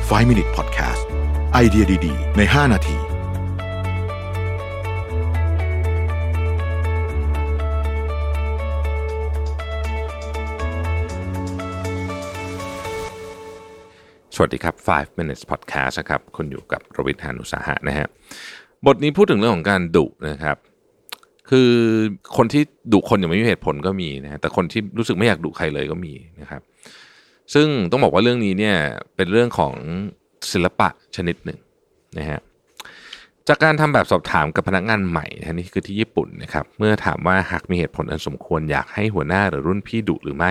5 Minute Podcast ไอเดียดีๆใน5นาทีสวัสดีครับ5 minutes podcast นะครับคุณอยู่กับรวิทย์ หาญอุตสาหะนะฮะบทนี้พูดถึงเรื่องของการดุนะครับคือคนที่ดุคนอย่างไม่มีเหตุผลก็มีนะแต่คนที่รู้สึกไม่อยากดุใครเลยก็มีนะครับซึ่งต้องบอกว่าเรื่องนี้เนี่ยเป็นเรื่องของศิลปะชนิดหนึ่งนะฮะจากการทำแบบสอบถามกับพนักงานใหม่นะนี่คือที่ญี่ปุ่นนะครับเมื่อถามว่าหากมีเหตุผลอันสมควรอยากให้หัวหน้าหรือรุ่นพี่ดุหรือไม่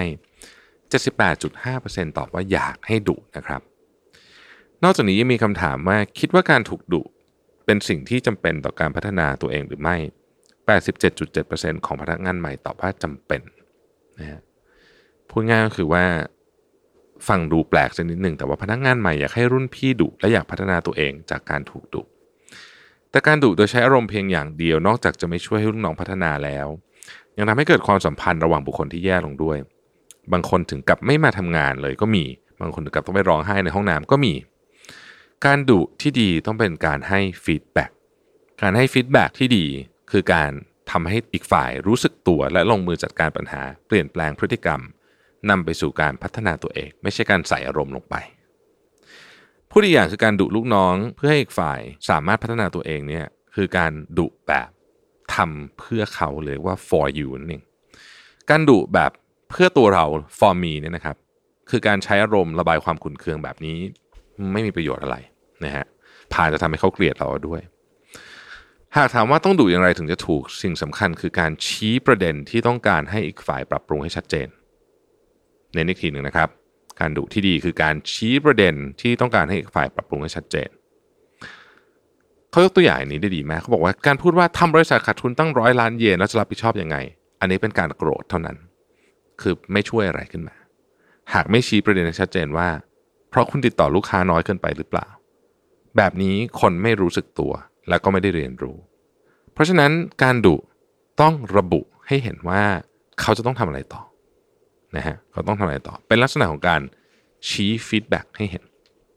78.5% ตอบว่าอยากให้ดุนะครับนอกจากนี้ยังมีคำถามว่าคิดว่าการถูกดุเป็นสิ่งที่จำเป็นต่อการพัฒนาตัวเองหรือไม่ 87.7% ของพนักงานใหม่ตอบว่าจำเป็นนะฮะพูดง่ายก็คือว่าฟังดูแปลกสักนิดหนึ่งแต่ว่าพนักงานใหม่อยากให้รุ่นพี่ดุและอยากพัฒนาตัวเองจากการถูกดุแต่การดุโดยใช้อารมณ์เพียงอย่างเดียวนอกจากจะไม่ช่วยให้รุ่นน้องพัฒนาแล้วยังทำให้เกิดความสัมพันธ์ระหว่างบุคคลที่แย่ลงด้วยบางคนถึงกับไม่มาทำงานเลยก็มีบางคนถึงกับต้องไปร้องไห้ในห้องน้ำก็มีการดุที่ดีต้องเป็นการให้ฟีดแบ็กการให้ฟีดแบ็กที่ดีคือการทำให้อีกฝ่ายรู้สึกตัวและลงมือจัดการปัญหาเปลี่ยนแปลงพฤติกรรมนำไปสู่การพัฒนาตัวเองไม่ใช่การใส่อารมณ์ลงไปพูดอีกอย่างคือการดุลูกน้องเพื่อให้อีกฝ่ายสามารถพัฒนาตัวเองเนี่ยคือการดุแบบทำเพื่อเขาเลยว่า for you นั่นเองการดุแบบเพื่อตัวเรา for me เนี่ยนะครับคือการใช้อารมณ์ระบายความขุ่นเคืองแบบนี้ไม่มีประโยชน์อะไรนะฮะผ่านจะทำให้เขาเกลียดเราด้วยหากถามว่าต้องดุอย่างไรถึงจะถูกสิ่งสำคัญคือการชี้ประเด็นที่ต้องการให้อีกฝ่ายปรับปรุงให้ชัดเจนเน้นอีกทีหนึ่งนะครับการดุที่ดีคือการชี้ประเด็นที่ต้องการให้อีกฝ่ายปรับปรุงให้ชัดเจนเขายกตัวอย่างนี้ได้ดีมากเขาบอกว่าการพูดว่าทำบริษัทขาดทุนตั้ง100 ล้านเยนแล้วจะรับผิดชอบยังไงอันนี้เป็นการโกรธเท่านั้นคือไม่ช่วยอะไรขึ้นมาหากไม่ชี้ประเด็นให้ชัดเจนว่าเพราะคุณติดต่อลูกค้าน้อยเกินไปหรือเปล่าแบบนี้คนไม่รู้สึกตัวและก็ไม่ได้เรียนรู้เพราะฉะนั้นการดุต้องระบุให้เห็นว่าเขาจะต้องทำอะไรต่อนะฮะเขาต้องทำอะไรต่อเป็นลักษณะของการชี้ฟีดแบ็กให้เห็น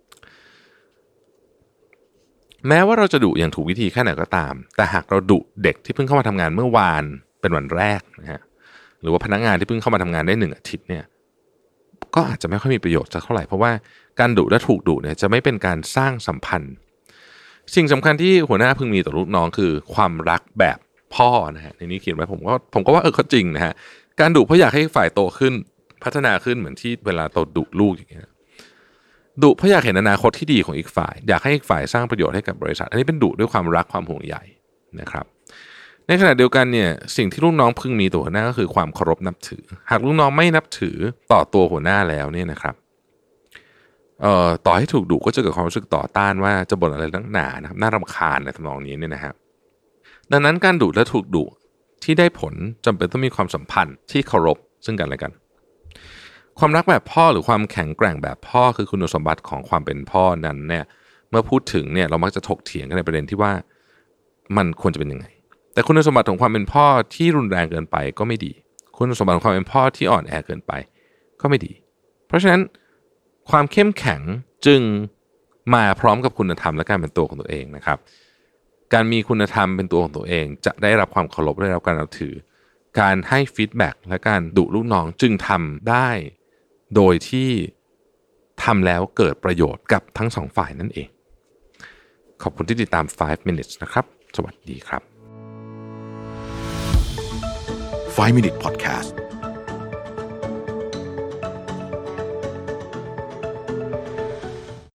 แม้ว่าเราจะดุอย่างถูกวิธีแค่ไหนก็ตามแต่หากเราดุเด็กที่เพิ่งเข้ามาทำงานเมื่อวานเป็นวันแรกนะฮะหรือว่าพนักงานที่เพิ่งเข้ามาทำงานได้1 อาทิตย์เนี่ยก็อาจจะไม่ค่อยมีประโยชน์สักเท่าไหร่เพราะว่าการดุและถูกดุเนี่ยจะไม่เป็นการสร้างสัมพันธ์สิ่งสำคัญที่หัวหน้าพึงมีต่อลูกน้องคือความรักแบบพ่อนะฮะในนี้เขียนไว้ผมก็ว่าเขาจริงนะฮะการดุเพราะอยากให้ฝ่ายโตขึ้นพัฒนาขึ้นเหมือนที่เวลาโตดุลูกอย่างเงี้ยดุเพราะอยากเห็นอนาคตที่ดีของอีกฝ่ายอยากให้อีกฝ่ายสร้างประโยชน์ให้กับบริษัทอันนี้เป็นดุด้วยความรักความห่วงใยนะครับในขณะเดียวกันเนี่ยสิ่งที่ลูกน้องพึงมีต่อหัวหน้าก็คือความเคารพนับถือหากลูกน้องไม่นับถือต่อตัวหัวหน้าแล้วเนี่ยนะครับต่อให้ถูกดุก็จะเกิดความรู้สึกต่อต้านว่าจะบ่นอะไรตั้งหนานะครับน่ารำคาญในทำนองนี้เนี่ยนะครับดังนั้นการดุและถูกดุที่ได้ผลจำเป็นต้องมีความสัมพันธ์ที่เคารพซึ่งกันและกันความรักแบบพ่อหรือความแข็งแกร่งแบบพ่อคือคุณสมบัติของความเป็นพ่อนั้นเนี่ยเมื่อพูดถึงเนี่ยเรามักจะถกเถียงกันในประเด็นที่ว่ามันควรจะเป็นยังไงแต่คุณสมบัติของความเป็นพ่อที่รุนแรงเกินไปก็ไม่ดีคุณสมบัติของความเป็นพ่อที่อ่อนแอเกินไปก็ไม่ดีเพราะฉะนั้นความเข้มแข็งจึงมาพร้อมกับคุณธรรมและการเป็นตัวของตัวเองนะครับการมีคุณธรรมเป็นตัวของตัวเองจะได้รับความเคารพได้รับการนับถือการให้ฟีดแบ็กและการดุลูกน้องจึงทำได้โดยที่ทำแล้วเกิดประโยชน์กับทั้งสองฝ่ายนั่นเองขอบคุณที่ติดตาม5 minutes นะครับสวัสดีครับ 5 Minute Podcast